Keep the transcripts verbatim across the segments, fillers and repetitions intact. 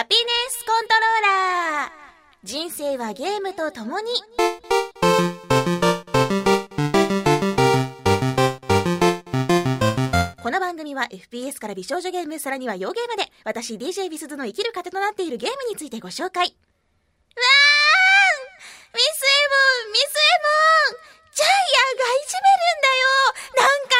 ハピネスコントローラー。人生はゲームとともに。この番組は エフピーエス から美少女ゲーム、さらには洋ゲームで私 ディージェー ビスズの生きる糧となっているゲームについてご紹介。わーん、ミスエモンミスエモン、ジャイアンがいじめるんだよ。なんか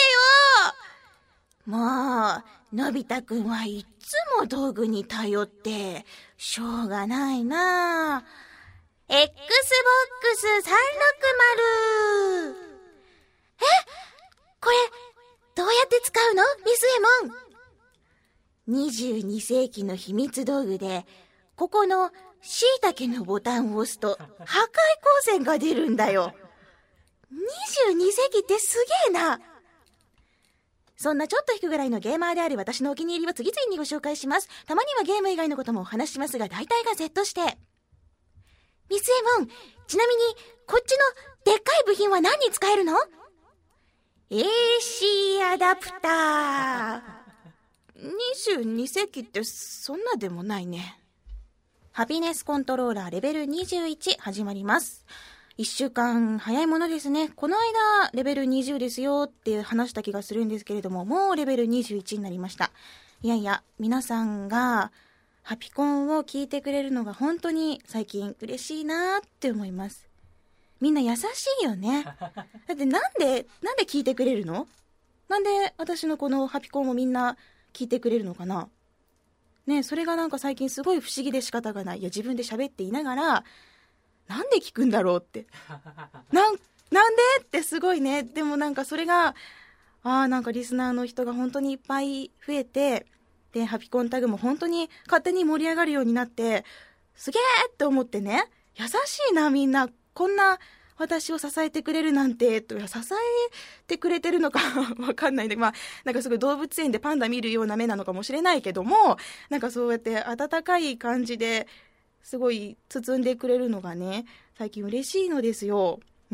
出してよ。もうのび太くんはいつも道具に頼ってしょうがないな。 エックスボックスさんろくまる。え、これどうやって使うのミスエモン。にじゅうにせいきの秘密道具で、ここのしいたけのボタンを押すと破壊光線が出るんだよ。にじゅうにせいきってすげえな。そんなちょっと引くぐらいのゲーマーである私のお気に入りを次々にご紹介します。たまにはゲーム以外のこともお話しますが、大体が Z して。ミスエモン、ちなみにこっちのでっかい部品は何に使えるの？ エーシー アダプター。にじゅうにせいきってそんなでもないね。ハピネスコントローラーレベルにじゅういち始まります。いっしゅうかん早いものですね。この間レベルにじゅうですよって話した気がするんですけれども、もうレベルにじゅういちになりました。いやいや、皆さんがハピコンを聞いてくれるのが本当に最近嬉しいなって思います。みんな優しいよね。だってなんでなんで聞いてくれるの？なんで私のこのハピコンをみんな聞いてくれるのかなね。それがなんか最近すごい不思議で仕方がない。いや、自分で喋っていながらなんで聞くんだろうってなんなんでってすごいね。でもなんかそれがあーなんかリスナーの人が本当にいっぱい増えて、でハピコンタグも本当に勝手に盛り上がるようになって、すげーって思ってね。優しいな、みんなこんな私を支えてくれるなんて。と支えてくれてるのかわかんないんで、まあなんかすごい動物園でパンダ見るような目なのかもしれないけども、なんかそうやって温かい感じですごい包んでくれるのがね、最近嬉しいのですよ。うん。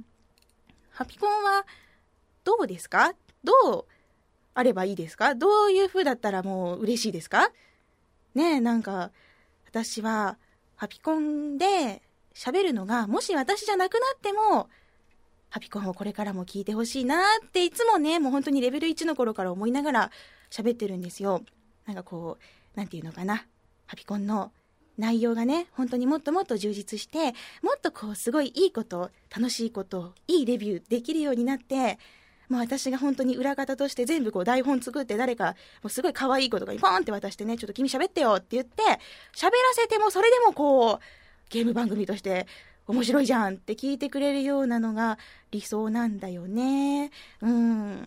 ハピコンはどうですか？どうあればいいですか？どういう風だったらもう嬉しいですか？ねえ、なんか私はハピコンで喋るのが、もし私じゃなくなってもハピコンをこれからも聞いてほしいなっていつもね、もう本当にレベルいちの頃から思いながら喋ってるんですよ。なんかこう、なんていうのかな、ハピコンの内容がね、本当にもっともっと充実して、もっとこうすごいいいこと、楽しいこと、いいレビューできるようになって、もう私が本当に裏方として全部こう台本作って、誰かもうすごい可愛い子とかにポーンって渡してね、ちょっと君喋ってよって言って喋らせても、それでもこうゲーム番組として面白いじゃんって聞いてくれるようなのが理想なんだよね。うん。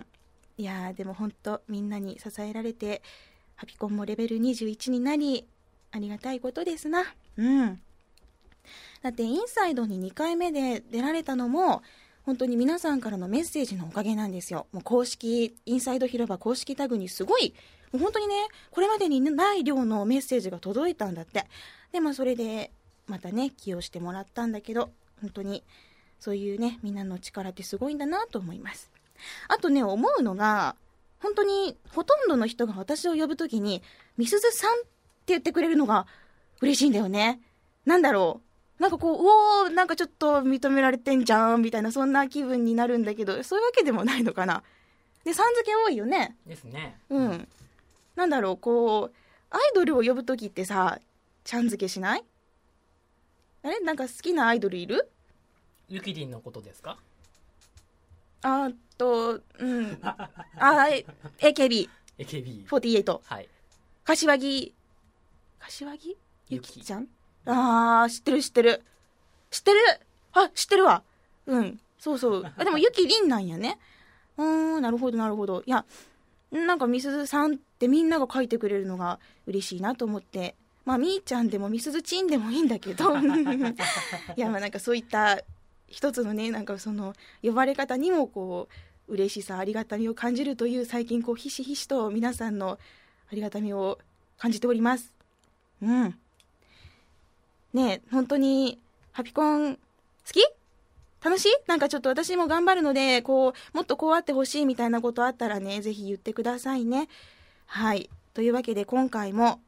いやー、でも本当みんなに支えられてハピコンもレベルにじゅういちになり、ありがたいことですな。うん。だってインサイドににかいめで出られたのも本当に皆さんからのメッセージのおかげなんですよ。もう公式インサイド広場公式タグにすごい、もう本当にね、これまでにない量のメッセージが届いたんだって。でまあそれでまたね起用してもらったんだけど、本当にそういうね、みんなの力ってすごいんだなと思います。あとね、思うのが、本当にほとんどの人が私を呼ぶときにみすずさんって言ってくれるのが嬉しいんだよね。なんだろう、なんかこう、うおー、なんかちょっと認められてんじゃんみたいな、そんな気分になるんだけど、そういうわけでもないのかな。で、さん付け多いよね。 ですね。 うん。なんだろう、こうアイドルを呼ぶときってさ、ちゃん付けしない？あれ、なんか好きなアイドルいる？ ゆきりんのことですか？ あーっと、うん。あ、エーケービー。 エーケービー。 フォーティーエイト。 はい。 柏木。柏木？ゆきちゃん？あー、知ってる知ってる。知ってる。あ、知ってるわ。うん。そうそう。あ、でもゆきりんなんやね。うーん、なるほどなるほど。いや、なんかみすずさんってみんなが書いてくれるのが嬉しいなと思って。まあみーちゃんでもみすずちんでもいいんだけどいや、まあなんかそういった一つのね、なんかその呼ばれ方にもこう嬉しさ、ありがたみを感じるという、最近こうひしひしと皆さんのありがたみを感じております。うん。ねえ、本当にハピコン好き？楽しい？なんかちょっと私も頑張るので、こうもっとこうあってほしいみたいなことあったらね、ぜひ言ってくださいね。はい。というわけで今回も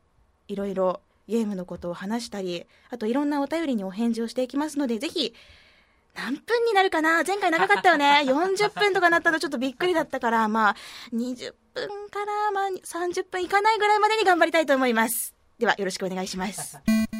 いろいろゲームのことを話したり、あといろんなお便りにお返事をしていきますので、ぜひ何分になるかな、前回長かったよねよんじゅっぷんとかなったのちょっとびっくりだったから、まあにじゅっぷんからまあさんじゅっぷんいかないぐらいまでに頑張りたいと思います。ではよろしくお願いします。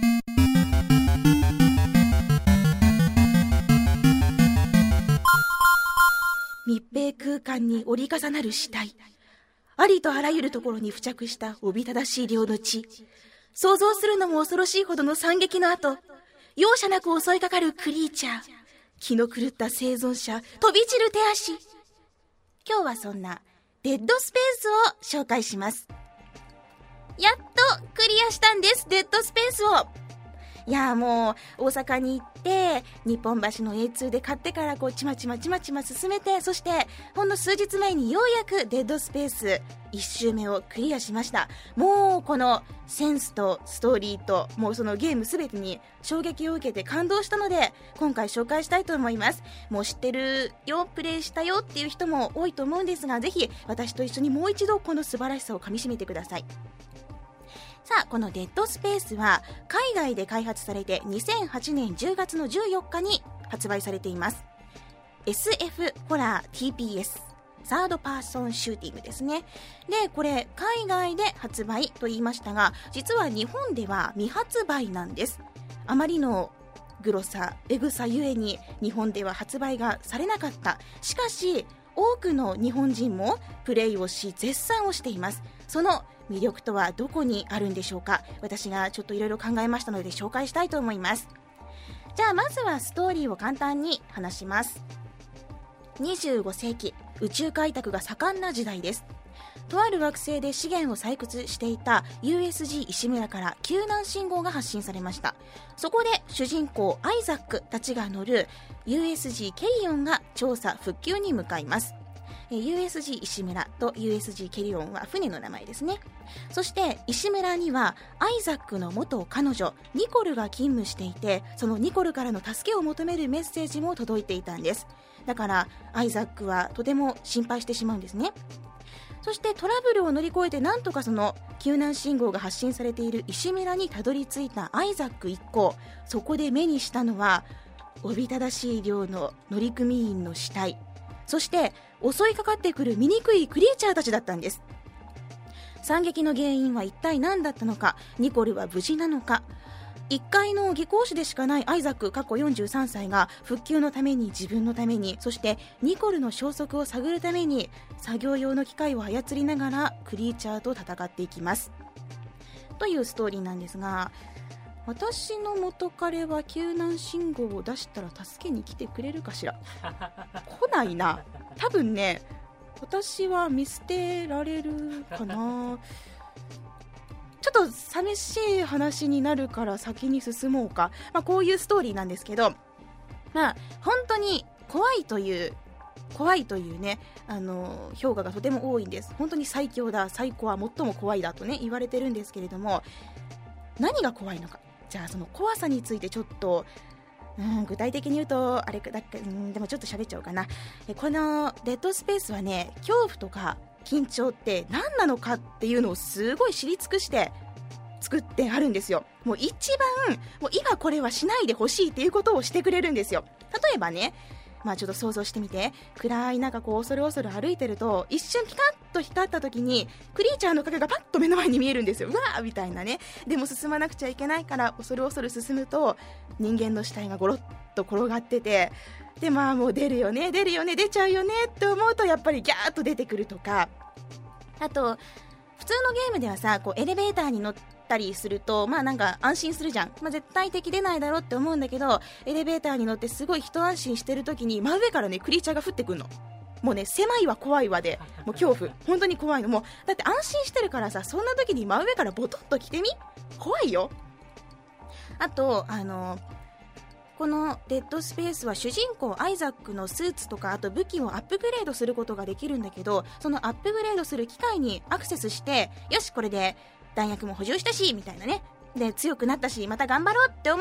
密閉空間に折り重なる死体、ありとあらゆるところに付着したおびただしい量の血、想像するのも恐ろしいほどの惨劇の後、容赦なく襲いかかるクリーチャー、気の狂った生存者、飛び散る手足。今日はそんなデッドスペースを紹介します。やっとクリアしたんです、デッドスペースを。いやもう大阪に行って日本橋の エーツー で買ってからこうちまちまちまちま進めて、そしてほんの数日前にようやくデッドスペースいっ周目をクリアしました。もうこのセンスとストーリーともうそのゲームすべてに衝撃を受けて感動したので、今回紹介したいと思います。もう知ってるよ、プレイしたよっていう人も多いと思うんですが、ぜひ私と一緒にもう一度この素晴らしさをかみしめてください。さあ、このデッドスペースは海外で開発されてにせんはちねんじゅうがつのじゅうよっかに発売されています。 エスエフ ホラー ティーピーエス サードパーソンシューティングですね。でこれ海外で発売と言いましたが、実は日本では未発売なんです。あまりのグロさエグさゆえに日本では発売がされなかった。しかし多くの日本人もプレイをし絶賛をしています。その魅力とはどこにあるんでしょうか。私がちょっといろいろ考えましたので紹介したいと思います。じゃあまずはストーリーを簡単に話します。にじゅうごせいき、宇宙開拓が盛んな時代です。とある惑星で資源を採掘していた ユーエスジー 石村から救難信号が発信されました。そこで主人公アイザックたちが乗る ユーエスジー ケリオンが調査復旧に向かいます。ユーエスジー 石村と ユーエスジー ケリオンは船の名前ですね。そして石村にはアイザックの元彼女ニコルが勤務していて、そのニコルからの助けを求めるメッセージも届いていたんです。だからアイザックはとても心配してしまうんですね。そしてトラブルを乗り越えてなんとかその救難信号が発信されている石村にたどり着いたアイザック一行。そこで目にしたのはおびただしい量の乗組員の死体、そして襲いかかってくる醜いクリーチャーたちだったんです。惨劇の原因は一体何だったのか、ニコルは無事なのか。一階の技工士でしかないアイザック過去よんじゅうさんさいが復旧のために自分のために、そしてニコルの消息を探るために作業用の機械を操りながらクリーチャーと戦っていきますというストーリーなんですが、私の元彼は救難信号を出したら助けに来てくれるかしら。来ないな、多分ね。私は見捨てられるかな。ちょっと寂しい話になるから先に進もうか。まあ、こういうストーリーなんですけど、まあ本当に怖いという怖いというね、あの評価がとても多いんです。本当に最強だ、最高は最も怖いだとね言われてるんですけれども、何が怖いのか。じゃあその怖さについてちょっと、うん、具体的に言うとあれだっけ、うん、でもちょっと喋っちゃおうかな。えこのデッドスペースはね、恐怖とか緊張って何なのかっていうのをすごい知り尽くして作ってあるんですよ。もう一番もう今これはしないでほしいっていうことをしてくれるんですよ。例えばね、まあちょっと想像してみて、暗い中こう恐る恐る歩いてると一瞬ピカッと光った時にクリーチャーの影がパッと目の前に見えるんですよ。うわーみたいなね。でも進まなくちゃいけないから恐る恐る進むと人間の死体がゴロッと転がってて、でまあもう出るよね出るよね出ちゃうよねって思うとやっぱりギャーッと出てくるとか、あと普通のゲームではさ、こうエレベーターに乗ったりするとまあなんか安心するじゃん、まあ、絶対敵出ないだろうって思うんだけど、エレベーターに乗ってすごい一安心してる時に真上からねクリーチャーが降ってくるの。もうね狭いわ怖いわでもう恐怖本当に怖いの。もうだって安心してるからさ、そんな時に真上からボトッと来てみ、怖いよ。あとあのこのデッドスペースは主人公アイザックのスーツとかあと武器をアップグレードすることができるんだけど、そのアップグレードする機械にアクセスして、よしこれで弾薬も補充したしみたいなね、で強くなったしまた頑張ろうって思った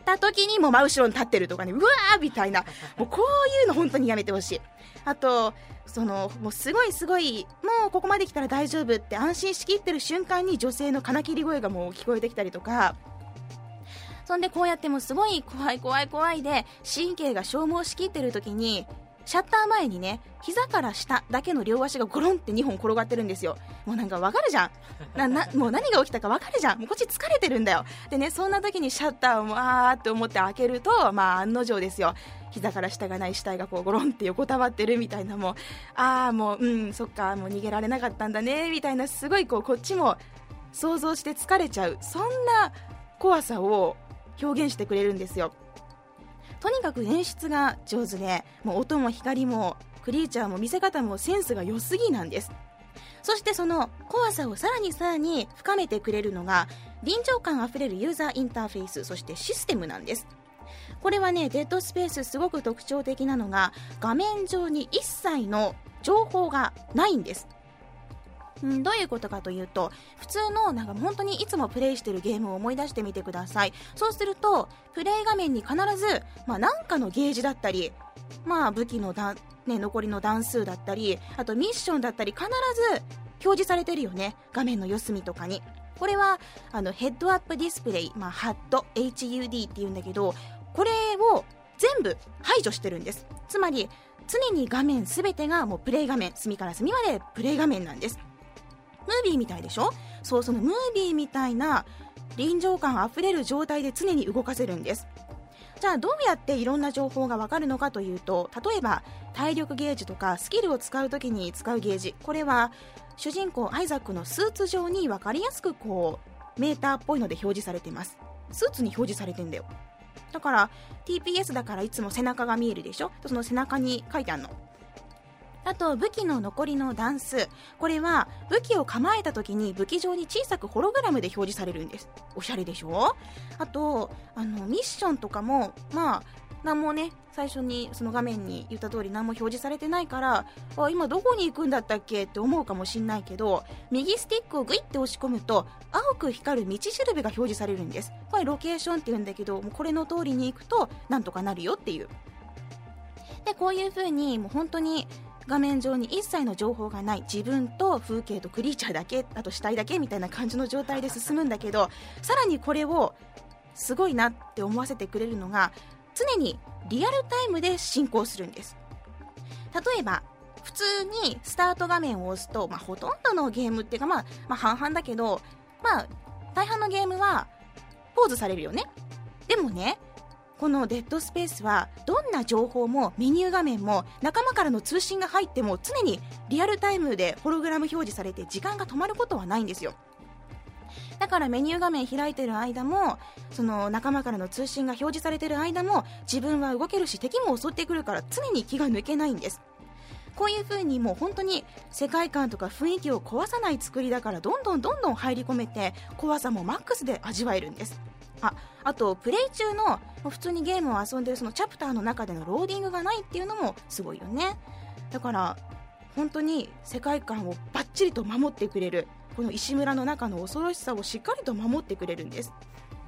た時にもう真後ろに立ってるとかね、うわーみたいな、もうこういうの本当にやめてほしい。あとそのもうすごいすごいもうここまで来たら大丈夫って安心しきってる瞬間に女性の金切り声がもう聞こえてきたりとか、そんでこうやってもすごい怖い怖い怖いで神経が消耗しきってる時にシャッター前にね、膝から下だけの両足がゴロンってにほん転がってるんですよ。もうなんかわかるじゃんななもう何が起きたかわかるじゃん。もうこっち疲れてるんだよ。でね、そんな時にシャッターをもうあーって思って開けると、まあ案の定ですよ。膝から下がない死体がこうゴロンって横たわってるみたいな、もうあーもううんそっかもう逃げられなかったんだねみたいな、すごいこうこっちも想像して疲れちゃう、そんな怖さを表現してくれるんですよ。とにかく演出が上手で、もう音も光もクリーチャーも見せ方もセンスが良すぎなんです。そしてその怖さをさらにさらに深めてくれるのが臨場感あふれるユーザーインターフェース、そしてシステムなんです。これはね、デッドスペースすごく特徴的なのが画面上に一切の情報がないんです。うん、どういうことかというと、普通のなんか本当にいつもプレイしてるゲームを思い出してみてください。そうするとプレイ画面に必ず、まあ、なんかのゲージだったり、まあ、武器のだ、ね、残りの段数だったり、あとミッションだったり必ず表示されてるよね、画面の四隅とかに。これはあのヘッドアップディスプレイ、まあ、ハッド エイチユーディー っていうんだけど、これを全部排除してるんです。つまり常に画面すべてがもうプレイ画面、隅から隅までプレイ画面なんです。ムービーみたいでしょ。そう、そのムービーみたいな臨場感あふれる状態で常に動かせるんです。じゃあどうやっていろんな情報がわかるのかというと、例えば体力ゲージとかスキルを使うときに使うゲージ、これは主人公アイザックのスーツ上に分かりやすくこうメーターっぽいので表示されています。スーツに表示されてんだよ。だから ティーピーエス だからいつも背中が見えるでしょ。その背中に書いてあるの。あと武器の残りの段数、これは武器を構えた時に武器上に小さくホログラムで表示されるんです。おしゃれでしょ。あとあのミッションとかもまあ何もね、最初にその画面に言った通り何も表示されてないから、あ今どこに行くんだったっけって思うかもしんないけど、右スティックをグイッて押し込むと青く光る道しるべが表示されるんです。これロケーションって言うんだけど、もうこれの通りに行くとなんとかなるよっていう。でこういう風にもう本当に画面上に一切の情報がない、自分と風景とクリーチャーだけ、あと死体だけみたいな感じの状態で進むんだけど、さらにこれをすごいなって思わせてくれるのが、常にリアルタイムで進行するんです。例えば普通にスタート画面を押すと、まあ、ほとんどのゲームっていうか、まあ、まあ半々だけど、まあ大半のゲームはポーズされるよね。でもね、このデッドスペースはどんな情報もメニュー画面も仲間からの通信が入っても常にリアルタイムでホログラム表示されて時間が止まることはないんですよ。だからメニュー画面開いてる間も、その仲間からの通信が表示されてる間も自分は動けるし敵も襲ってくるから常に気が抜けないんです。こういう風にもう本当に世界観とか雰囲気を壊さない作りだから、どんどんどんどん入り込めて怖さもマックスで味わえるんです。あ, あとプレイ中の普通にゲームを遊んでるそのチャプターの中でのローディングがないっていうのもすごいよね。だから本当に世界観をバッチリと守ってくれる、この石村の中の恐ろしさをしっかりと守ってくれるんです。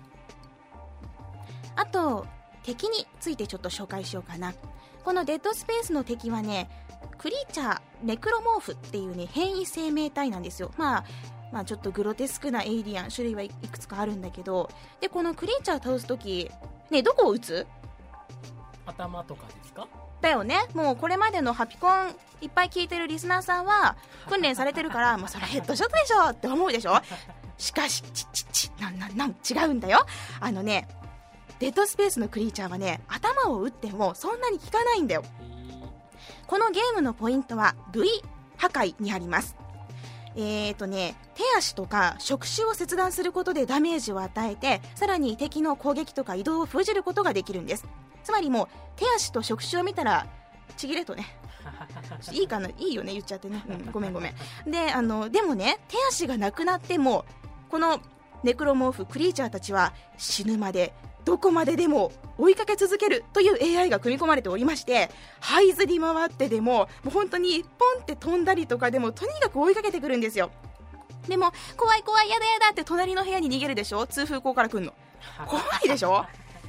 あと敵についてちょっと紹介しようかな。このデッドスペースの敵はね、クリーチャーネクロモーフっていうね変異生命体なんですよ。まあまあ、ちょっとグロテスクなエイリアン、種類はいくつかあるんだけど、でこのクリーチャーを倒すときね、どこを撃つ？ 頭とかですか？ だよね。もうこれまでのハピコンいっぱい聞いてるリスナーさんは訓練されてるからもうそれヘッドショットでしょって思うでしょ。しかしちちちなんなんなん違うんだよ。あのね、デッドスペースのクリーチャーはね、頭を撃ってもそんなに効かないんだよ。このゲームのポイントは V 破壊にあります。えーとね、手足とか触手を切断することでダメージを与えて、さらに敵の攻撃とか移動を封じることができるんです。つまりもう手足と触手を見たらちぎれとねいいかな、いいよね言っちゃってね、うん、ごめんごめん。であのでもね、手足がなくなってもこのネクロモーフクリーチャーたちは死ぬまでどこまででも追いかけ続けるという エーアイ が組み込まれておりまして、這いずり回ってでももう本当にポンって飛んだりとかでもとにかく追いかけてくるんですよ。でも怖い怖いやだやだって隣の部屋に逃げるでしょ、通風口から来るの怖いでしょ。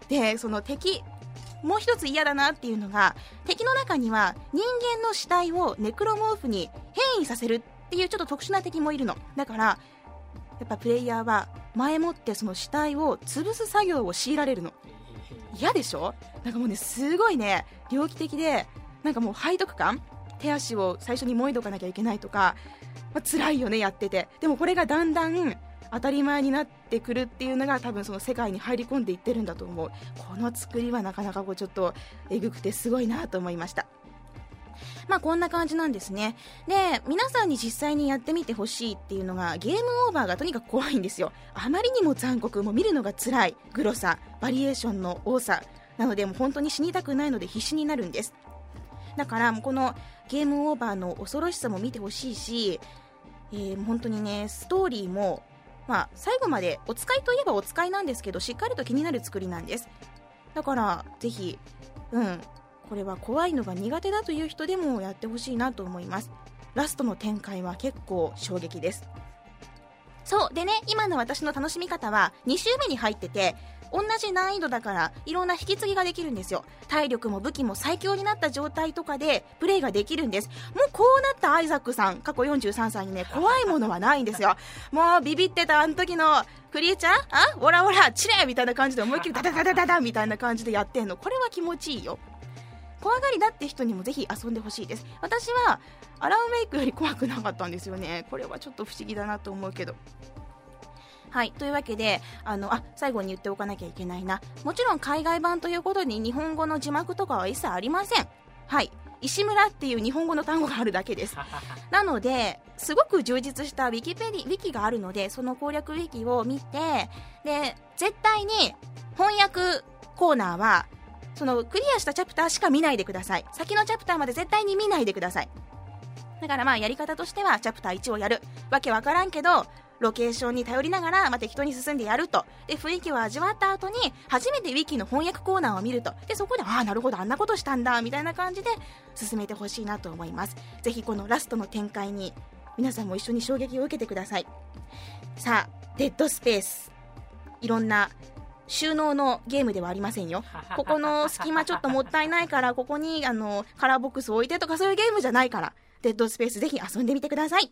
でその敵もう一つ嫌だなっていうのが、敵の中には人間の死体をネクロモーフに変異させるっていうちょっと特殊な敵もいるの。だからやっぱプレイヤーは前もってその死体を潰す作業を強いられるの。嫌でしょ。なんかもうねすごいね猟奇的で、なんかもう背徳感、手足を最初にもいどかなきゃいけないとか、まあ、辛いよねやってて。でもこれがだんだん当たり前になってくるっていうのが多分その世界に入り込んでいってるんだと思う。この作りはなかなかこうちょっとえぐくてすごいなと思いました。まあこんな感じなんですね。で皆さんに実際にやってみてほしいっていうのが、ゲームオーバーがとにかく怖いんですよ。あまりにも残酷、もう見るのが辛いグロさ、バリエーションの多さなので、もう本当に死にたくないので必死になるんです。だからもうこのゲームオーバーの恐ろしさも見てほしいし、えー、本当にねストーリーもまあ、最後までお使いといえばお使いなんですけど、しっかりと気になる作りなんです。だからぜひ、うん、これは怖いのが苦手だという人でもやってほしいなと思います。ラストの展開は結構衝撃です。そうでね、今の私の楽しみ方はに週目に入ってて、同じ難易度だからいろんな引き継ぎができるんですよ。体力も武器も最強になった状態とかでプレイができるんです。もうこうなったアイザックさん、過去よんじゅうさんさいにね怖いものはないんですよ。もうビビってたあの時のクリエちゃん、あオラオラチレみたいな感じで思いっきりダダダダダダみたいな感じでやってんの。これは気持ちいいよ。怖がりだって人にもぜひ遊んでほしいです。私はアランウェイクより怖くなかったんですよね。これはちょっと不思議だなと思うけど。はい、というわけであのあ最後に言っておかなきゃいけないな。もちろん海外版ということに日本語の字幕とかは一切ありません。はい、石村っていう日本語の単語があるだけです。なのですごく充実したウィキペディウィキがあるので、その攻略ウィキを見て、で絶対に翻訳コーナーはそのクリアしたチャプターしか見ないでください。先のチャプターまで絶対に見ないでください。だからまあやり方としてはチャプターいちをやる、わけわからんけどロケーションに頼りながら、まあ、適当に進んでやると。で雰囲気を味わった後に初めてウィキの翻訳コーナーを見ると。でそこでああなるほどあんなことしたんだみたいな感じで進めてほしいなと思います。ぜひこのラストの展開に皆さんも一緒に衝撃を受けてください。さあデッドスペース、いろんな収納のゲームではありませんよ。ここの隙間ちょっともったいないからここにあのカラーボックスを置いてとかそういうゲームじゃないから、デッドスペースぜひ遊んでみてください。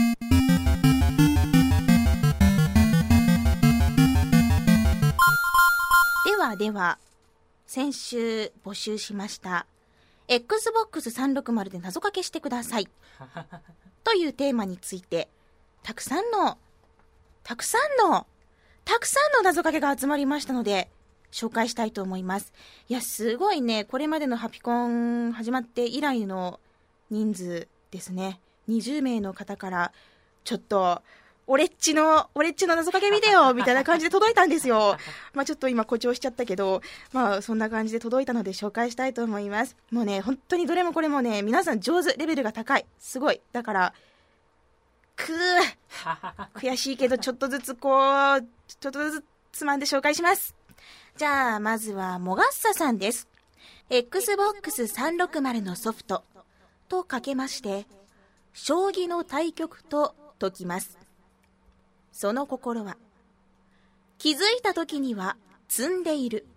ではでは先週募集しました エックスボックスさんびゃくろくじゅう で謎かけしてくださいというテーマについて、たくさんのたくさんのたくさんの謎かけが集まりましたので紹介したいと思います。いやすごいね、これまでのハピコン始まって以来の人数ですね。にじゅうめいの方からちょっと俺っちの俺っちの謎かけ見てよみたいな感じで届いたんですよ。まあちょっと今誇張しちゃったけど、まあそんな感じで届いたので紹介したいと思います。もうね本当にどれもこれもね皆さん上手、レベルが高い、すごい。だからくー悔しいけどちょっとずつこうちょっとずつつまんで紹介します。じゃあまずはもがっささんです。 エックスボックスさんびゃくろくじゅう のソフトとかけまして将棋の対局と解きます。その心は気づいた時には積んでいる。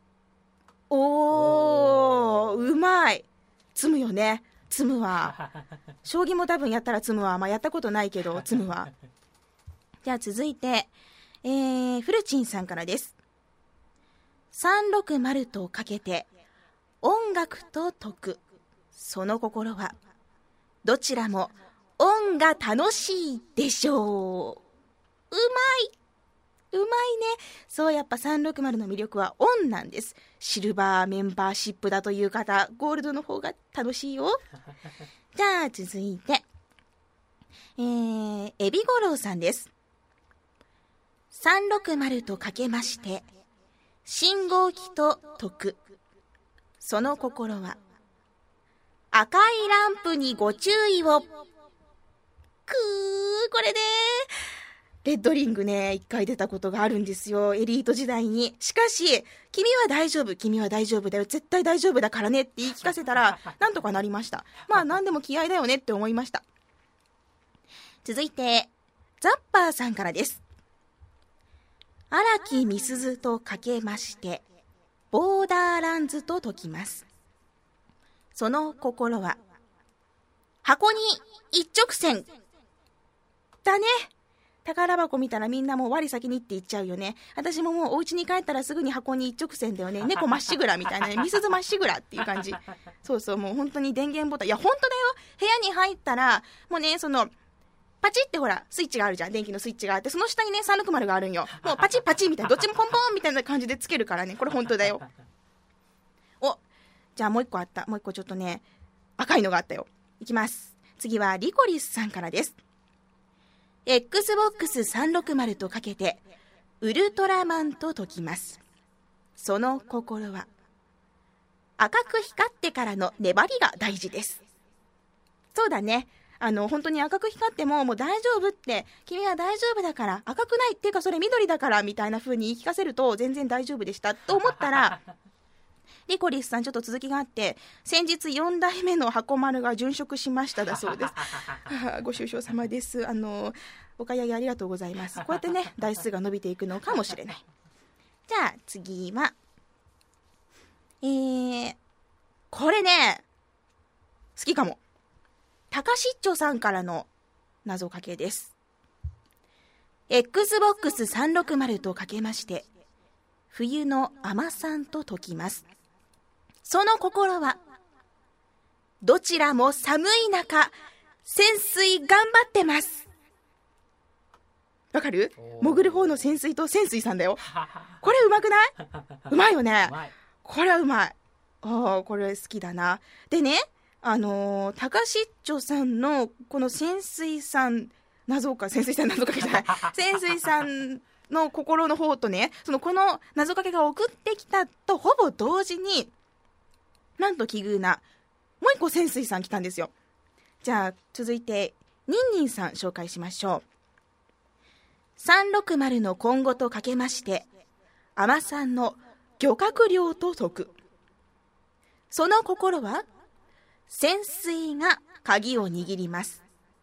おーうまい。積むよね、積むわ。将棋も多分やったら積むわ。まあやったことないけど積むわ。じゃあ続いて、えー、フルチンさんからです。さんびゃくろくじゅうとかけて音楽と解く。その心はどちらも音が楽しいでしょう。うまいうまいね。そうやっぱさんびゃくろくじゅうの魅力は音なんです。シルバーメンバーシップだという方、ゴールドの方が楽しいよ。じゃあ続いて、えー、エビゴロウさんです。さんびゃくろくじゅうとかけまして信号機と解く。その心は赤いランプにご注意を。くーこれでレッドリングね一回出たことがあるんですよ、エリート時代に。しかし君は大丈夫君は大丈夫だよ絶対大丈夫だからねって言い聞かせたらなんとかなりました。まあ何でも気合だよねって思いました。続いてザッパーさんからです。荒木みすずとかけましてボーダーランズと解きます。その心は箱に一直線だね。宝箱見たらみんなもう我先にって言っちゃうよね。私ももうお家に帰ったらすぐに箱に一直線だよね。猫まっしぐらみたいなね。みすずまっしぐらっていう感じ。そうそう、もう本当に電源ボタン。いや本当だよ。部屋に入ったらもうね、そのパチってほらスイッチがあるじゃん。電気のスイッチがあって、その下にねさんろくまるがあるんよ。もうパチパチみたいな、どっちもポンポンみたいな感じでつけるからね。これ本当だよ。お、じゃあもう一個あった。もう一個ちょっとね赤いのがあったよ。いきます。次はリコリスさんからです。エックスボックスさんろくまる とかけてウルトラマンと解きます。その心は赤く光ってからの粘りが大事です。そうだね、あの本当に赤く光ってももう大丈夫って、君は大丈夫だから、赤くないっていうかそれ緑だからみたいな風に言い聞かせると全然大丈夫でしたと思ったらリコリスさんちょっと続きがあって、先日よんだいめの箱丸が殉職しましただそうですご愁傷様です。あのお買い上げありがとうございます。こうやってね台数が伸びていくのかもしれない。じゃあ次はえー、これね好きかも。たかしっちょさんからの謎かけです。 エックスボックスさんろくまる とかけまして冬の甘さんと解きます。その心はどちらも寒い中潜水頑張ってます。わかる？潜る方の潜水と潜水さんだよ。これうまくない？うまいよね。これはうまい。ああ、これ好きだな。でね、あのー、たかしっちょさんのこの潜水さん謎か潜水さん謎かけじゃない潜水さんの心の方とね、そのこの謎かけが送ってきたとほぼ同時に、なんと奇遇なもう一個潜水さん来たんですよ。じゃあ続いてニンニンさん紹介しましょう。さんろくまるの今後とかけまして海女さんの漁獲量と解く。その心は潜水が鍵を握ります。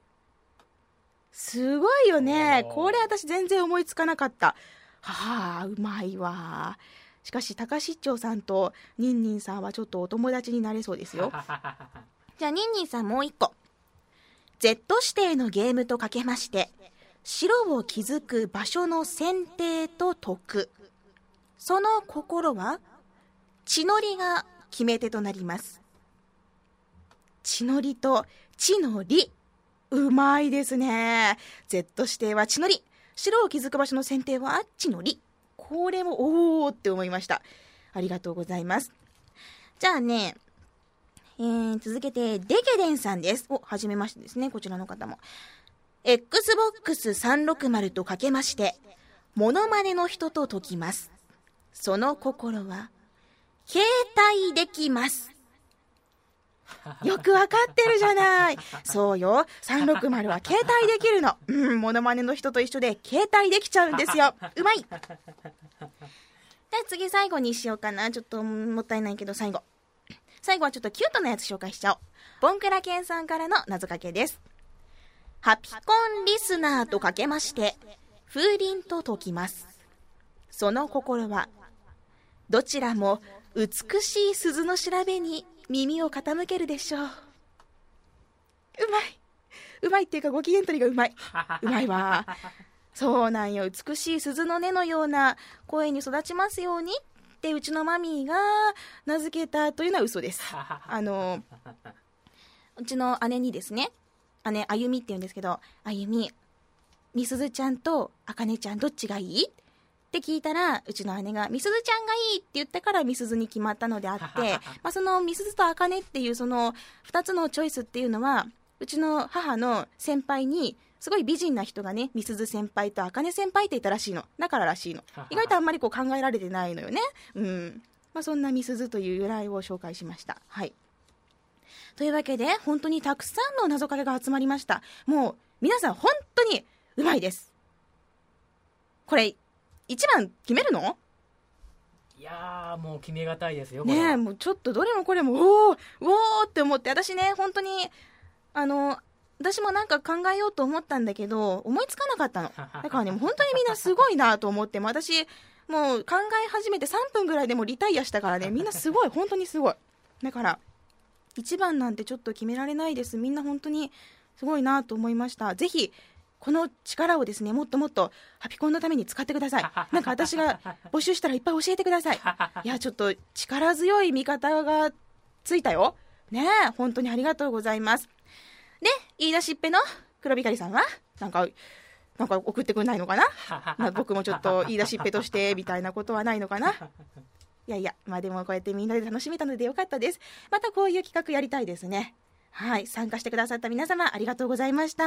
すごいよね。これ私全然思いつかなかった。はあ、うまいわ。しかし、たかしっちょうさんとニンニンさんはちょっとお友達になれそうですよ。じゃあ、ニンニンさんもう一個。Z 指定のゲームとかけまして、城を築く場所の選定と解く。その心は、地の利が決め手となります。地の利と地の利。うまいですね。Z 指定は地の利。城を築く場所の選定は地の利。これもおーって思いました。ありがとうございます。じゃあね、えー、続けてデケデンさんです。お、はじめましてですね、こちらの方も。エックスボックスさんろくまる とかけましてモノマネの人と解きます。その心は携帯できます。よくわかってるじゃない。そうよ、さんろくまるは携帯できるの。うん、モノマネの人と一緒で携帯できちゃうんですよ。うまい。じゃあ次最後にしようかな。ちょっともったいないけど最後最後はちょっとキュートなやつ紹介しちゃおう。ボンクラケンさんからの謎かけです。ハピコンリスナーとかけまして風鈴と解きます。その心はどちらも美しい鈴の調べに耳を傾けるでしょう。うまいうまいっていうかご機嫌取りがうまいうまいわ。そうなんよ、美しい鈴の音のような声に育ちますようにってうちのマミーが名付けたというのは嘘です。あのうちの姉にですね、姉あゆみって言うんですけど、あゆみ、みすずちゃんとあかねちゃんどっちがいいって聞いたら、うちの姉がみすずちゃんがいいって言ったからみすずに決まったのであってまあそのみすずとあかねっていうそのふたつのチョイスっていうのは、うちの母の先輩にすごい美人な人がね、みすず先輩とあかね先輩っていたらしいの。だかららしいの。意外とあんまりこう考えられてないのよね。うん。まあそんなみすずという由来を紹介しました。はい。というわけで本当にたくさんの謎かけが集まりました。もう皆さん本当にうまいです。これ一番決めるの？ いやーもう決めがたいですよ。 ねえ、もうちょっとどれもこれもおーおーって思って、私ね本当にあの私もなんか考えようと思ったんだけど思いつかなかったの。だからねもう本当にみんなすごいなと思って、もう私もう考え始めてさんぷんぐらいでもうリタイアしたからね、みんなすごい本当にすごい。だからいちばんなんてちょっと決められないです。みんな本当にすごいなと思いました。ぜひこの力をですねもっともっとハピコンのために使ってください。なんか私が募集したらいっぱい教えてください。いやちょっと力強い味方がついたよねえ、本当にありがとうございます。で言い出しっぺの黒光さんはなんかなんか送ってくんないのかなまあ僕もちょっと言い出しっぺとしてみたいなことはないのかな。いやいや、まあでもこうやってみんなで楽しめたのでよかったです。またこういう企画やりたいですね。はい、参加してくださった皆様ありがとうございました。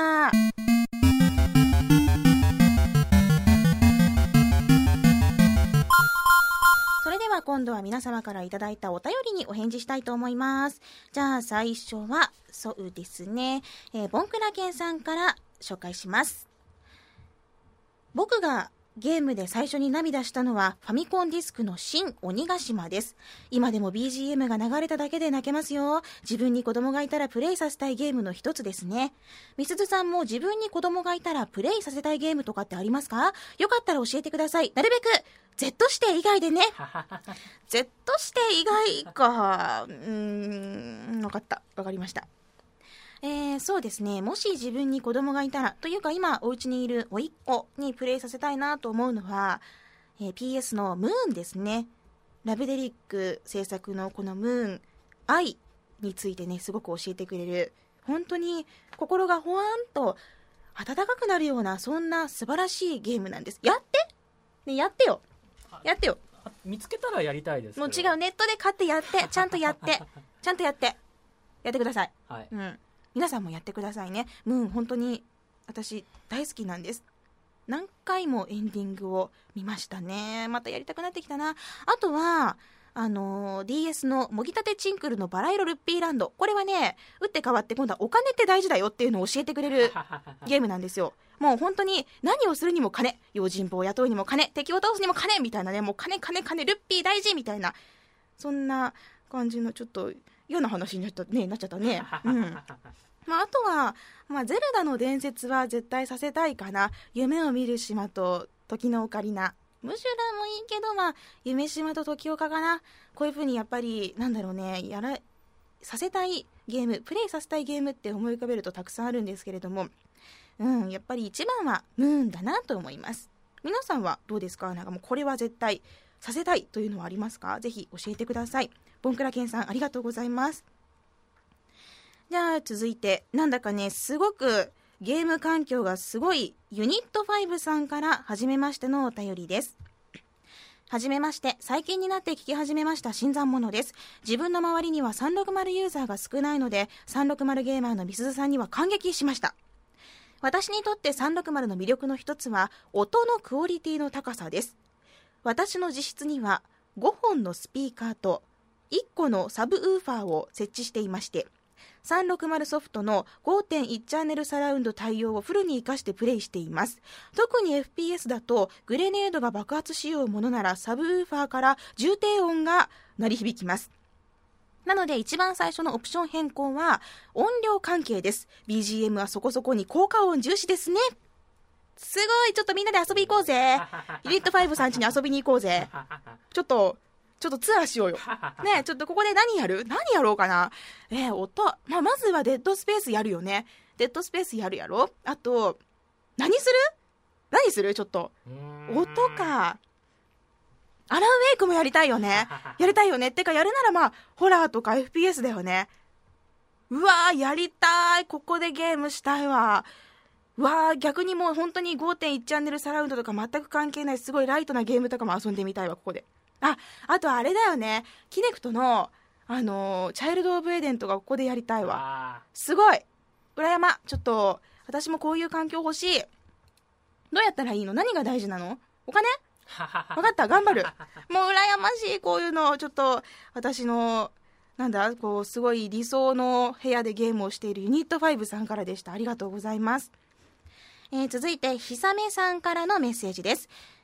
それでは今度は皆様からいただいたお便りにお返事したいと思います。じゃあ最初はそうですね、えー、ボンクラケンさんから紹介します。僕がゲームで最初に涙したのはファミコンディスクの新鬼ヶ島です。今でも ビージーエム が流れただけで泣けますよ。自分に子供がいたらプレイさせたいゲームの一つですね。みすずさんも自分に子供がいたらプレイさせたいゲームとかってありますか？よかったら教えてください。なるべく Z 指定以外でね。Z 指定以外か。うーん、わかった。わかりました。えー、そうですね、もし自分に子供がいたらというか今お家にいる甥っ子にプレイさせたいなと思うのは、えー、ピーエス のムーンですね。ラブデリック制作のこのムーン愛についてねすごく教えてくれる、本当に心がほわんと温かくなるようなそんな素晴らしいゲームなんです。やって、ね、やってよやってよ。 見つけたらやりたいです。 もう違う、ネットで買ってやってちゃんとやってちゃんとやってやってください。 はい、 うん、皆さんもやってくださいね。ムーン本当に私大好きなんです。何回もエンディングを見ましたね。またやりたくなってきたな。あとはあのー、ディーエス のもぎたてチンクルのバラ色ルッピーランド、これはね打って変わって今度はお金って大事だよっていうのを教えてくれるゲームなんですよ。もう本当に何をするにも金、用心棒を雇うにも金、敵を倒すにも金みたいなね、もう金金金ルッピー大事みたいな、そんな感じのちょっと嫌な話になっちゃったね、なっちゃったね。うん。まあ、あとは、まあ、ゼルダの伝説は絶対させたいかな。夢を見る島と時のオカリナ。ムシュラもいいけど、まあ、夢島と時岡かな。こういう風にやっぱり、なんだろうね、やら、させたいゲーム、プレイさせたいゲームって思い浮かべるとたくさんあるんですけれども、うん、やっぱり一番はムーンだなと思います。皆さんはどうですか？なんかもうこれは絶対させたいというのはありますか？ぜひ教えてください。ボンクラケンさんありがとうございます。じゃあ続いて、なんだかねすごくゲーム環境がすごいユニットファイブさんから初めましてのお便りです。はじめまして、最近になって聞き始めました新参者です。自分の周りにはさんろくまるユーザーが少ないので、さんろくまるゲーマーのみすずさんには感激しました。私にとってさんろくまるの魅力の一つは音のクオリティの高さです。私の自室にはごほんのスピーカーといっこのサブウーファーを設置していまして、さんろくまるソフトの ごてんいち チャンネルサラウンド対応をフルに活かしてプレイしています。特に エフピーエス だとグレネードが爆発しようものならサブウーファーから重低音が鳴り響きます。なので一番最初のオプション変更は音量関係です。 ビージーエム はそこそこに効果音重視ですね。すごい、ちょっとみんなで遊び行こうぜ。ユニットファイブさん家に遊びに行こうぜ。ちょっとちょっとツアーしようよ。ねえ、ちょっとここで何やる何やろうかな。えー、音、まあ、まずはデッドスペースやるよね。デッドスペースやるやろ。あと、何する何するちょっと。音か。アランウェイクもやりたいよね。やりたいよね。ってか、やるならまあ、ホラーとか エフピーエス だよね。うわー、やりたい。ここでゲームしたいわ。うわー、逆にもう本当に ごてんいち チャンネルサラウンドとか全く関係ないすごいライトなゲームとかも遊んでみたいわ、ここで。あ、あとあれだよね、キネクトの、あのー、チャイルド・オブ・エデンとかここでやりたいわ。すごい裏山、ちょっと私もこういう環境欲しい。どうやったらいいの？何が大事なの？お金？分かった、頑張る。もう羨ましい、こういうの。ちょっと私のなんだこうすごい理想の部屋でゲームをしているユニットファイブさんからでした。ありがとうございます。えー、続いてひさめさんからのメッセージです。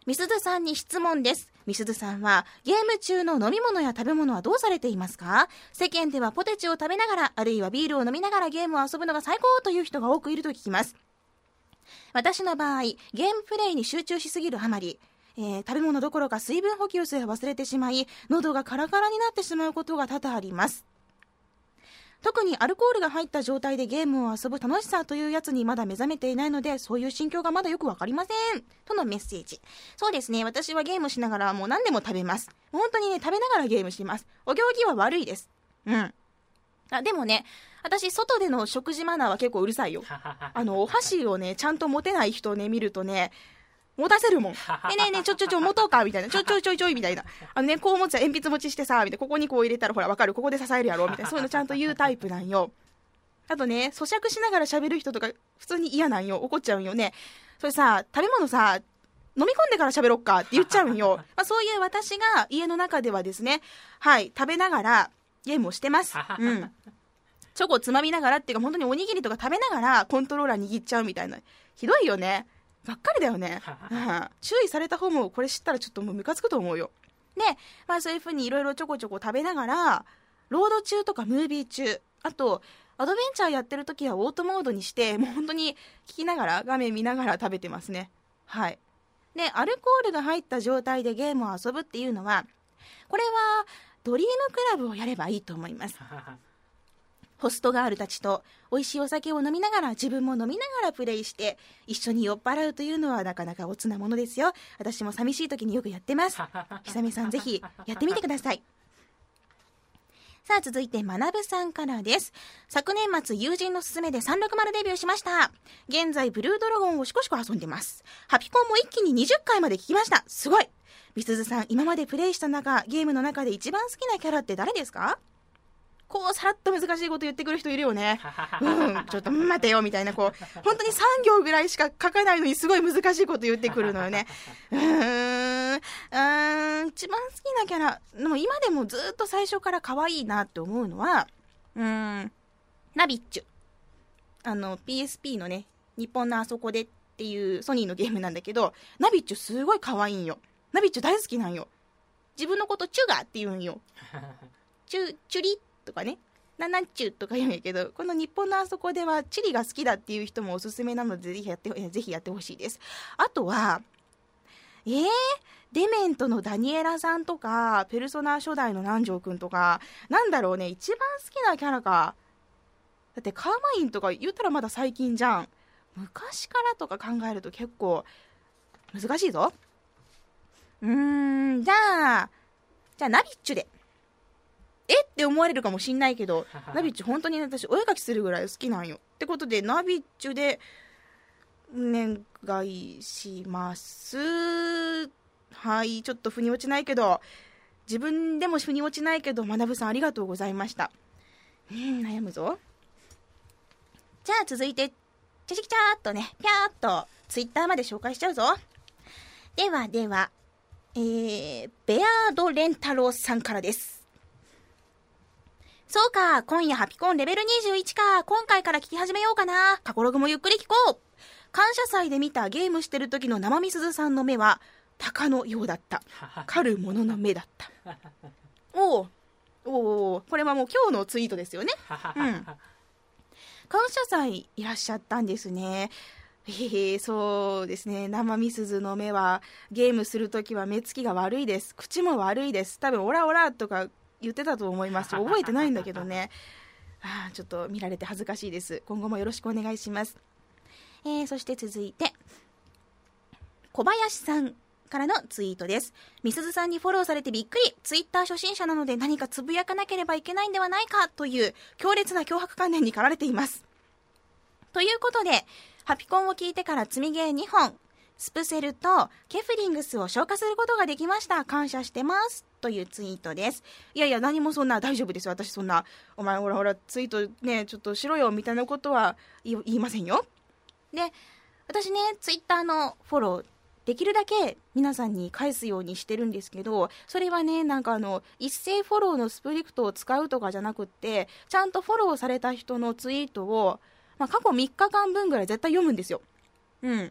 みすずさんに質問です。みすずさんはゲーム中の飲み物や食べ物はどうされていますか？世間ではポテチを食べながら、あるいはビールを飲みながらゲームを遊ぶのが最高という人が多くいると聞きます。私の場合、ゲームプレイに集中しすぎるあまり、えー、食べ物どころか水分補給すら忘れてしまい、喉がカラカラになってしまうことが多々あります。特にアルコールが入った状態でゲームを遊ぶ楽しさというやつにまだ目覚めていないので、そういう心境がまだよくわかりませんとのメッセージ。そうですね、私はゲームしながらもう何でも食べます。本当にね、食べながらゲームします。お行儀は悪いです。うんあでもね、私外での食事マナーは結構うるさいよ。あのお箸をねちゃんと持てない人をね見るとね、持たせるもん。ねえねえねえ、ちょちょちょ持とうかみたいな、ちょちょちょいちょいみたいな、あのねこう持っちゃ鉛筆持ちしてさみたいな、ここにこう入れたらほらわかる、ここで支えるやろみたいな、そういうのちゃんと言うタイプなんよ。あとね、咀嚼しながら喋る人とか普通に嫌なんよ、怒っちゃうんよね。それさ、食べ物さ飲み込んでから喋ろっかって言っちゃうんよ。まあ、そういう私が家の中ではですね、はい食べながらゲームをしてます。うん。チョコつまみながらっていうか、本当におにぎりとか食べながらコントローラー握っちゃうみたいな、ひどいよね。ばっかりだよね。うん、注意された方もこれ知ったらちょっともうムカつくと思うよ。で、まあそういう風にいろいろちょこちょこ食べながら、ロード中とかムービー中、あとアドベンチャーやってる時はオートモードにして、もう本当に聞きながら画面見ながら食べてますね。はい。で、アルコールが入った状態でゲームを遊ぶっていうのは、これはドリームクラブをやればいいと思います。ホストガールたちと美味しいお酒を飲みながら、自分も飲みながらプレイして一緒に酔っ払うというのはなかなかおつなものですよ。私も寂しい時によくやってます。ひさめさんぜひやってみてください。さあ続いてまなぶさんからです。昨年末友人の勧めでさんろくまるデビューしました。現在ブルードラゴンをしこしこ遊んでます。ハピコンも一気ににじゅっかいまで聞きました。すごい。みすずさん、今までプレイした中、ゲームの中で一番好きなキャラって誰ですか？こうさらっと難しいこと言ってくる人いるよね。うん、ちょっと待てよみたいな、こう本当にさん行ぐらいしか書かないのにすごい難しいこと言ってくるのよね。うーん、うーん一番好きなキャラ、でも今でもずっと最初から可愛いなって思うのは、うーんナビッチュ、あの ピーエスピー のね、日本のあそこでっていうソニーのゲームなんだけど、ナビッチュすごい可愛いんよ。ナビッチュ大好きなんよ。自分のことチュガって言うんよ。チュチュリとかね、ナナッチュとか言うんやけど、この日本のあそこではチリが好きだっていう人もおすすめなので、ぜひやってぜひやってほしいです。あとはえー、デメントのダニエラさんとか、ペルソナ初代の南條くんとか、なんだろうね、一番好きなキャラか。だってカーマインとか言ったらまだ最近じゃん。昔からとか考えると結構難しいぞ。うーんじゃあじゃあナビッチュで。えって思われるかもしんないけど、ナビッチュ本当に私お絵描きするぐらい好きなんよ。ってことでナビッチュでお願いします。はい、ちょっと腑に落ちないけど、自分でも腑に落ちないけど、まなぶさんありがとうございました。うん、悩むぞ。じゃあ続いてちゃちゃちゃーっとね、ぴゃーっとツイッターまで紹介しちゃうぞ。ではでは、えー、ベアードレンタロウさんからです。そうか、今夜ハピコンレベルにじゅういちか。今回から聞き始めようかな。過去ログもゆっくり聞こう。感謝祭で見たゲームしてる時の生みすずさんの目は鷹のようだった。狩る者の目だった。おおおお、これはもう今日のツイートですよね。うん。感謝祭いらっしゃったんですね。へへ、そうですね。生みすずの目はゲームするときは目つきが悪いです。口も悪いです。多分オラオラとか言ってたと思います。覚えてないんだけどね。あ、ちょっと見られて恥ずかしいです。今後もよろしくお願いします。えー、そして続いて小林さんからのツイートです。みすずさんにフォローされてびっくり。ツイッター初心者なので何かつぶやかなければいけないんではないかという強烈な脅迫観念に駆られています。ということでハピコンを聞いてから積みゲーにほん、スプセルとケフリングスを消化することができました。感謝してますというツイートです。いやいや、何もそんな、大丈夫ですよ。私そんなお前ほらほらツイートねちょっとしろよみたいなことは言いませんよ。で、私ねツイッターのフォローできるだけ皆さんに返すようにしてるんですけど、それはねなんかあの一斉フォローのスプリクトを使うとかじゃなくって、ちゃんとフォローされた人のツイートを、まあ、過去みっかかんぶんぐらい絶対読むんですよ。うん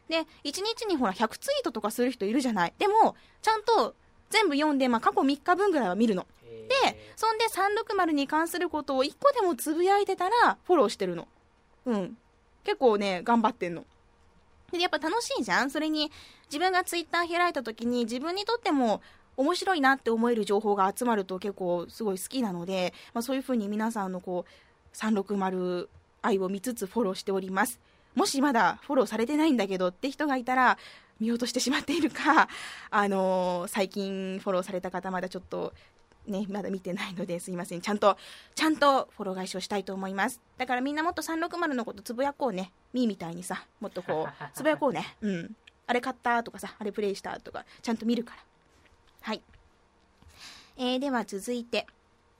でいちにちにほらひゃくツイートとかする人いるじゃない。でもちゃんと全部読んで、まあ、過去みっかぶんぐらいは見るので、そんでさんろくまるに関することをいっこでもつぶやいてたらフォローしてるの。うん結構ね頑張ってんので、やっぱ楽しいじゃん。それに自分がツイッター開いた時に自分にとっても面白いなって思える情報が集まると結構すごい好きなので、まあ、そういう風に皆さんのこうさんろくまる愛を見つつフォローしております。もしまだフォローされてないんだけどって人がいたら見落としてしまっているか、あのー、最近フォローされた方まだちょっとねまだ見てないのですいません。ちゃんとちゃんとフォロー返しをしたいと思います。だからみんなもっとさんろくまるのことつぶやこうね。ミーみたいにさもっとこうつぶやこうね。うんあれ買ったとかさあれプレイしたとかちゃんと見るから。はい、えー、では続いて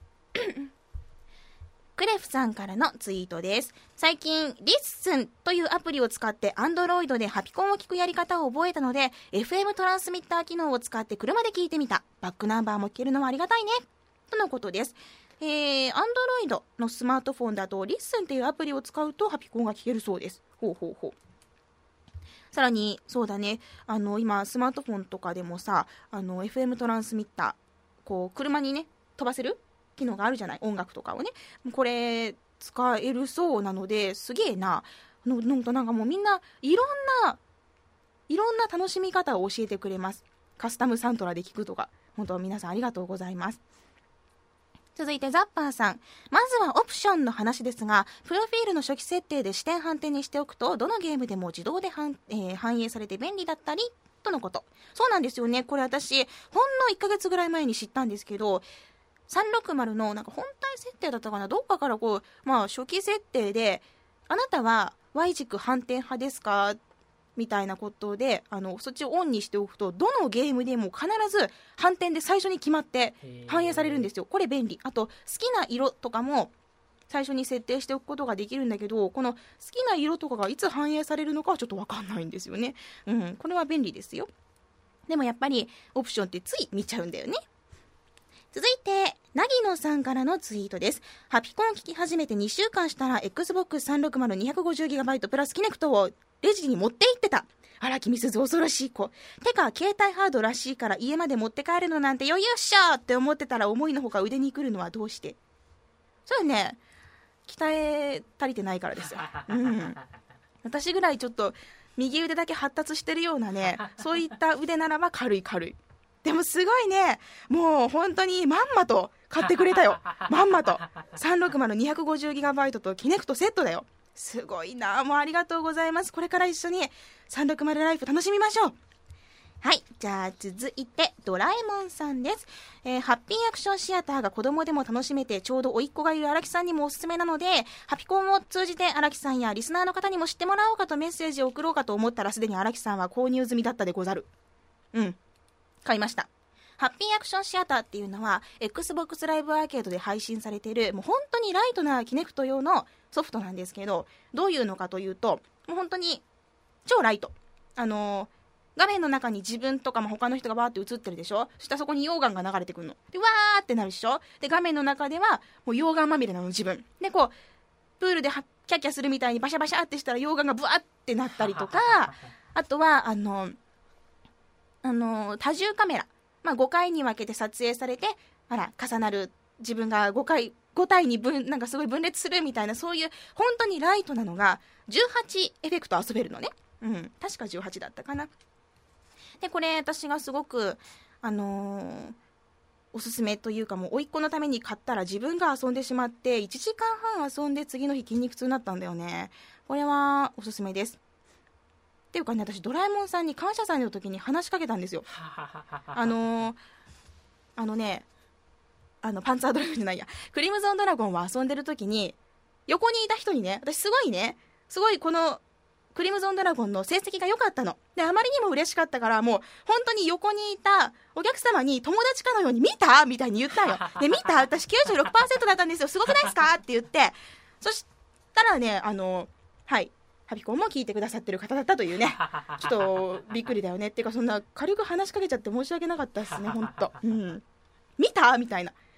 クレフさんからのツイートです。最近リッスンというアプリを使って Android でハピコンを聞くやり方を覚えたので エフエム トランスミッター機能を使って車で聞いてみた。バックナンバーも聞けるのはありがたいねとのことです。えー、Android のスマートフォンだとリッスンというアプリを使うとハピコンが聞けるそうです。ほうほうほう。さらにそうだね、あの今スマートフォンとかでもさあの エフエム トランスミッターこう車にね飛ばせる機能があるじゃない。音楽とかをねこれ使えるそうなのですげえなのなんかなんかもうみんないろんないろんな楽しみ方を教えてくれます。カスタムサントラで聞くとか本当皆さんありがとうございます。続いてザッパーさん、まずはオプションの話ですがプロフィールの初期設定で視点反転にしておくとどのゲームでも自動で反、えー、反映されて便利だったりとのこと。そうなんですよね。これ私ほんのいっかげつぐらい前に知ったんですけどさんろくまるのなんか本体設定だったかな、どっかからこう、まあ、初期設定であなたは Y 軸反転派ですかみたいなことであのそっちをオンにしておくとどのゲームでも必ず反転で最初に決まって反映されるんですよ。これ便利。あと好きな色とかも最初に設定しておくことができるんだけどこの好きな色とかがいつ反映されるのかはちょっと分かんないんですよね。うん、これは便利ですよ。でもやっぱりオプションってつい見ちゃうんだよね。続いてなぎのさんからのツイートです。ハピコン聞き始めてにしゅうかんしたら エックスボックスさんろくまるにひゃくごじゅうギガバイト プラスキネクトをレジに持って行ってた。あら君すず恐ろしい子。てか携帯ハードらしいから家まで持って帰るのなんて余裕っしょって思ってたら思いのほか腕に来るのはどうして。そうね鍛え足りてないからですよ、うん、私ぐらいちょっと右腕だけ発達してるようなねそういった腕ならば軽い軽い。でもすごいねもう本当にまんまと買ってくれたよまんまとさんろくまるにひゃくごじゅうギガバイト とキネクトセットだよ。すごいな。もうありがとうございます。これから一緒にさんろくまるライフ楽しみましょう。はい、じゃあ続いてドラえもんさんです。えー、ハッピーアクションシアターが子供でも楽しめてちょうど甥っ子がいる荒木さんにもおすすめなのでハピコンを通じて荒木さんやリスナーの方にも知ってもらおうかとメッセージを送ろうかと思ったらすでに荒木さんは購入済みだったでござる。うん買いました。ハッピーアクションシアターっていうのは Xbox ライブアーケードで配信されているもう本当にライトなキネクト用のソフトなんですけどどういうのかというともう本当に超ライト。あのー画面の中に自分とかも他の人がバーって映ってるでしょ。そしたらそこに溶岩が流れてくるのでわーってなるでしょ。で画面の中ではもう溶岩まみれなの自分でこうプールでキャッキャするみたいにバシャバシャってしたら溶岩がブワーってなったりとかあとはあのあの多重カメラ、まあ、ごかいに分けて撮影されてあら重なる自分がごかいご体に分なんかすごい分裂するみたいなそういう本当にライトなのがじゅうはちエフェクト遊べるのね。うん確かじゅうはちだったかな。でこれ私がすごくあのー、おすすめというかもう甥っ子のために買ったら自分が遊んでしまっていちじかんはん遊んで次の日筋肉痛になったんだよね。これはおすすめです。っていうかね私ドラえもんさんに感謝祭の時に話しかけたんですよあのー、あのねあのパンツァードラゴンじゃないやクリムゾンドラゴンを遊んでる時に横にいた人にね私すごいねすごいこのクリムゾンドラゴンの成績が良かったのであまりにも嬉しかったからもう本当に横にいたお客様に友達かのように見たみたいに言ったよで見た私 きゅうじゅうろくパーセント だったんですよすごくないですかって言ってそしたらねあのはいハピコンも聞いてくださってる方だったというねちょっとびっくりだよねっていうかそんな軽く話しかけちゃって申し訳なかったですね本当、うん、見たみたいな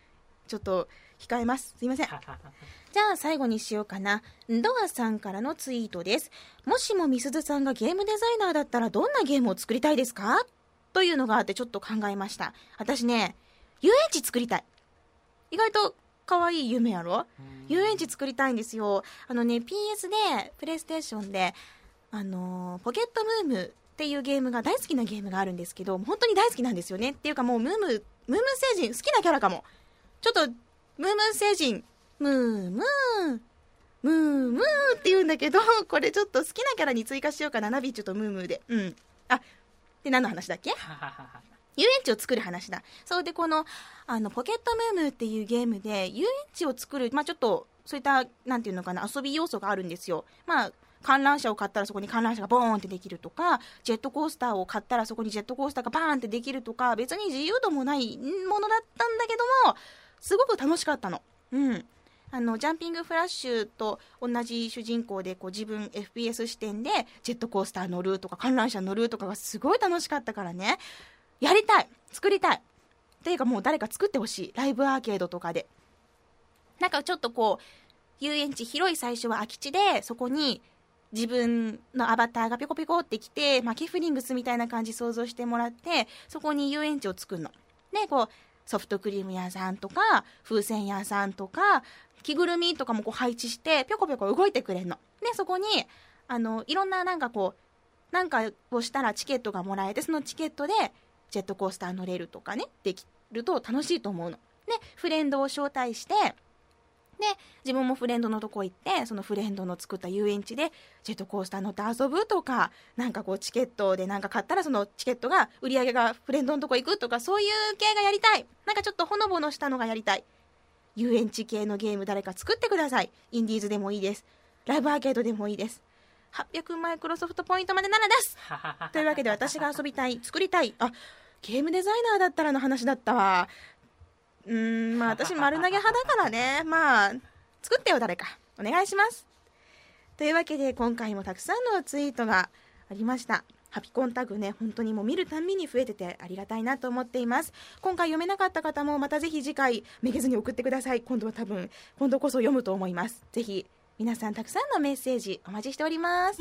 ちょっと控えます。すいません。じゃあ最後にしようかな。ドアさんからのツイートです。もしもみすずさんがゲームデザイナーだったらどんなゲームを作りたいですかというのがあってちょっと考えました。私ね、遊園地作りたい。意外と可愛い夢やろ。遊園地作りたいんですよ。あのね ピーエス でプレイステーションであのー、ポケットムームっていうゲームが大好きなゲームがあるんですけど、本当に大好きなんですよね。っていうかもうムームムーム星人好きなキャラかも。ちょっとムーム星人ムームームームーって言うんだけど、これちょっと好きなキャラに追加しようかな。ナビチュとムームーで。うんあで何の話だっけ遊園地を作る話だ。そうでこのあのポケットムームーっていうゲームで遊園地を作る、まあちょっとそういったなんていうのかな遊び要素があるんですよ。まあ観覧車を買ったらそこに観覧車がボーンってできるとか、ジェットコースターを買ったらそこにジェットコースターがバーンってできるとか、別に自由度もないものだったんだけどもすごく楽しかったの。うんあのジャンピングフラッシュと同じ主人公でこう自分 エフピーエス 視点でジェットコースター乗るとか観覧車乗るとかがすごい楽しかったからね、やりたい、作りたいっていうかもう誰か作ってほしい。ライブアーケードとかでなんかちょっとこう遊園地広い、最初は空き地でそこに自分のアバターがピコピコってきて、まあ、キフリングスみたいな感じ想像してもらって、そこに遊園地を作るので、こうソフトクリーム屋さんとか風船屋さんとか着ぐるみとかもこう配置してピョコピョコ動いてくれるので、そこにあのいろんななんかこうなんかをしたらチケットがもらえて、そのチケットでジェットコースター乗れるとかね、できると楽しいと思うので、フレンドを招待して、で自分もフレンドのとこ行って、そのフレンドの作った遊園地でジェットコースター乗って遊ぶとか、なんかこうチケットでなんか買ったらそのチケットが売り上げがフレンドのとこ行くとか、そういう系がやりたい。なんかちょっとほのぼのしたのがやりたい。遊園地系のゲーム誰か作ってください。インディーズでもいいです。ライブアーケードでもいいです。はっぴゃくマイクロソフトポイントまでなら出すというわけで、私が遊びたい、作りたい、あゲームデザイナーだったらの話だったわ。うーんまあ私丸投げ派だからね、まあ作ってよ誰かお願いします。というわけで今回もたくさんのツイートがありました。ハピコンタグね、本当にもう見るたんびに増えててありがたいなと思っています。今回読めなかった方もまたぜひ次回めげずに送ってください。今度は多分今度こそ読むと思います。ぜひ皆さんたくさんのメッセージお待ちしております。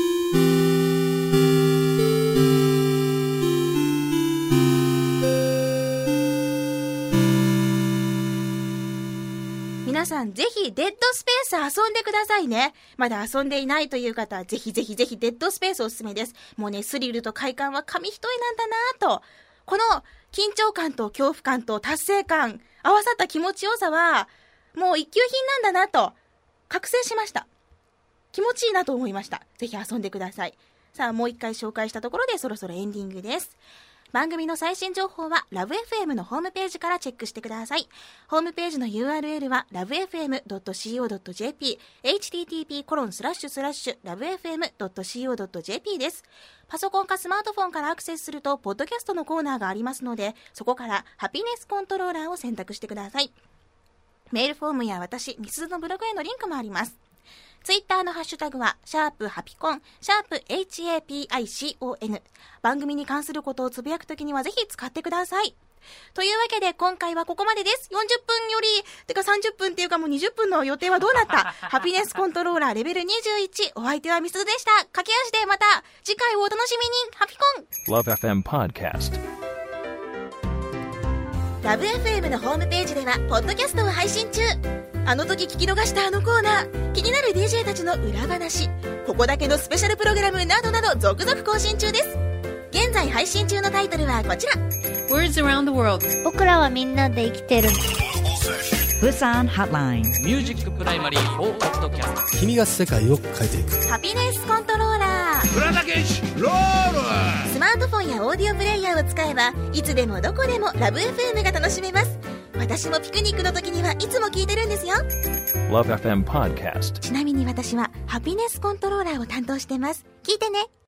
皆さんぜひデッドスペース遊んでくださいね。まだ遊んでいないという方はぜひぜひぜひデッドスペースおすすめです。もうねスリルと快感は紙一重なんだなと、この緊張感と恐怖感と達成感合わさった気持ちよさはもう一級品なんだなと覚醒しました。気持ちいいなと思いました。ぜひ遊んでください。さあもう一回紹介したところでそろそろエンディングです。番組の最新情報はラブエフエム のホームページからチェックしてください。ホームページの ユーアールエル は ラブエフエムドットシーオードットジェーピー エイチティーティーピーコロンスラッシュスラッシュラブエフエムドットシーオードットジェーピー です。パソコンかスマートフォンからアクセスするとポッドキャストのコーナーがありますので、そこからハピネスコントローラーを選択してください。メールフォームや私みすずのブログへのリンクもあります。ツイッターのハッシュタグは、シャープハピコン、シャープ エイチエーピーアイシーオーエヌ。番組に関することをつぶやくときにはぜひ使ってください。というわけで、今回はここまでです。よんじゅっぷんより、てかさんじゅっぷんっていうかもうにじゅっぷんの予定はどうなったハピネスコントローラーレベルにじゅういち。お相手はみすずでした。駆け足でまた次回をお楽しみに。ハピコン Love エフエム Podcast。 ラブ エフエム のホームページではポッドキャストを配信中。あの時聞き逃したあのコーナー、気になる ディージェー たちの裏話、ここだけのスペシャルプログラムなどなど続々更新中です。現在配信中のタイトルはこちら。 Words around the world。 僕らはみんなで生きてる。 ブサンハッライン。 ミュージックプライマリーフォーポッドキャスト。 君が世界を変えていく。 ハピネスコントローラー。 浦田健士ロール。 スマートフォンやオーディオプレイヤーを使えばいつでもどこでもラブ エフエム が楽しめます。私もピクニックの時にはいつも聞いてるんですよ。 Love エフエム Podcast。 ちなみに私はハピネスコントローラーを担当してます。聞いてね。